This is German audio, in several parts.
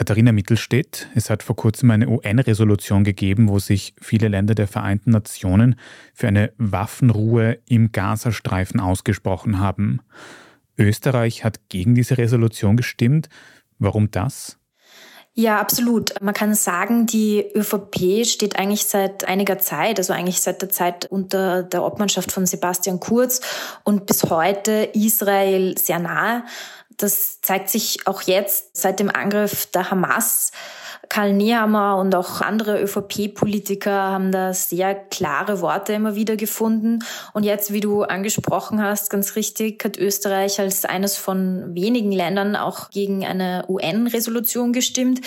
Katharina Mittelstedt, es hat vor kurzem eine UN-Resolution gegeben, wo sich viele Länder der Vereinten Nationen für eine Waffenruhe im Gazastreifen ausgesprochen haben. Österreich hat gegen diese Resolution gestimmt. Warum das? Ja, absolut. Man kann sagen, die ÖVP steht eigentlich seit einiger Zeit, also eigentlich seit der Zeit unter der Obmannschaft von Sebastian Kurz und bis heute Israel sehr nahe. Das zeigt sich auch jetzt seit dem Angriff der Hamas. Karl Nehammer und auch andere ÖVP-Politiker haben da sehr klare Worte immer wieder gefunden. Und jetzt, wie du angesprochen hast, ganz richtig, hat Österreich als eines von wenigen Ländern auch gegen eine UN-Resolution gestimmt.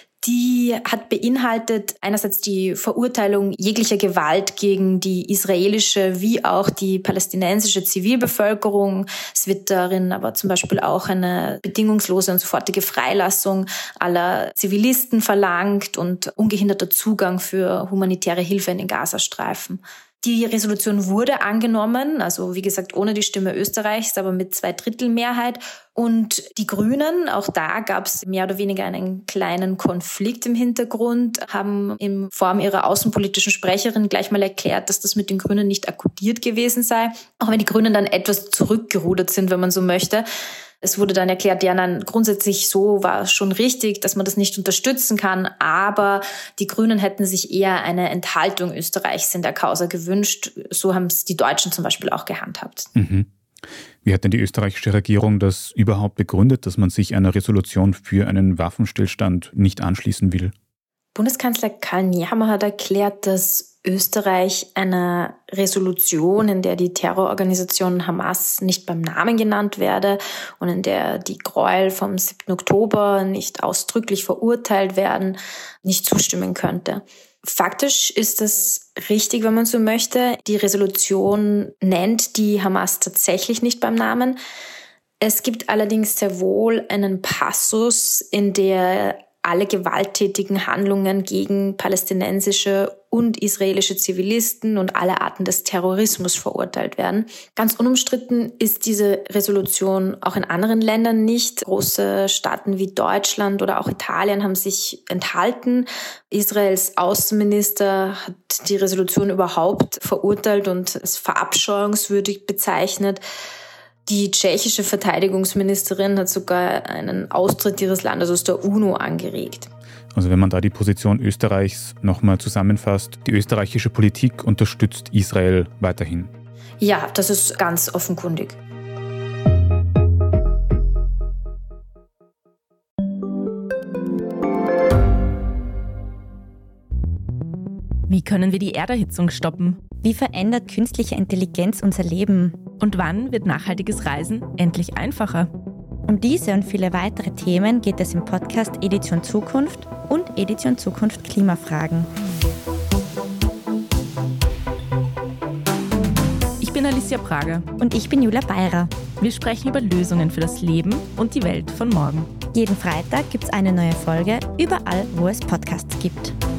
Die hat beinhaltet einerseits die Verurteilung jeglicher Gewalt gegen die israelische wie auch die palästinensische Zivilbevölkerung. Es wird darin aber zum Beispiel auch eine bedingungslose und sofortige Freilassung aller Zivilisten verlangt und ungehinderter Zugang für humanitäre Hilfe in den Gazastreifen. Die Resolution wurde angenommen, also wie gesagt ohne die Stimme Österreichs, aber mit 2/3 Mehrheit. Und die Grünen, auch da gab es mehr oder weniger einen kleinen Konflikt im Hintergrund, haben in Form ihrer außenpolitischen Sprecherin gleich mal erklärt, dass das mit den Grünen nicht akkordiert gewesen sei. Auch wenn die Grünen dann etwas zurückgerudert sind, wenn man so möchte. Es wurde dann erklärt, ja, nein, grundsätzlich so war es schon richtig, dass man das nicht unterstützen kann, aber die Grünen hätten sich eher eine Enthaltung Österreichs in der Causa gewünscht. So haben es die Deutschen zum Beispiel auch gehandhabt. Mhm. Wie hat denn die österreichische Regierung das überhaupt begründet, dass man sich einer Resolution für einen Waffenstillstand nicht anschließen will? Bundeskanzler Karl Nehammer hat erklärt, dass Österreich eine Resolution, in der die Terrororganisation Hamas nicht beim Namen genannt werde und in der die Gräuel vom 7. Oktober nicht ausdrücklich verurteilt werden, nicht zustimmen könnte. Faktisch ist das richtig, wenn man so möchte. Die Resolution nennt die Hamas tatsächlich nicht beim Namen. Es gibt allerdings sehr wohl einen Passus, in der alle gewalttätigen Handlungen gegen palästinensische und israelische Zivilisten und alle Arten des Terrorismus verurteilt werden. Ganz unumstritten ist diese Resolution auch in anderen Ländern nicht. Große Staaten wie Deutschland oder auch Italien haben sich enthalten. Israels Außenminister hat die Resolution überhaupt verurteilt und als verabscheuungswürdig bezeichnet. Die tschechische Verteidigungsministerin hat sogar einen Austritt ihres Landes aus der UNO angeregt. Also wenn man da die Position Österreichs nochmal zusammenfasst, die österreichische Politik unterstützt Israel weiterhin. Ja, das ist ganz offenkundig. Wie können wir die Erderhitzung stoppen? Wie verändert künstliche Intelligenz unser Leben? Und wann wird nachhaltiges Reisen endlich einfacher? Um diese und viele weitere Themen geht es im Podcast Edition Zukunft und Edition Zukunft Klimafragen. Ich bin Alicia Prager. Und ich bin Julia Beirer. Wir sprechen über Lösungen für das Leben und die Welt von morgen. Jeden Freitag gibt es eine neue Folge, überall, wo es Podcasts gibt.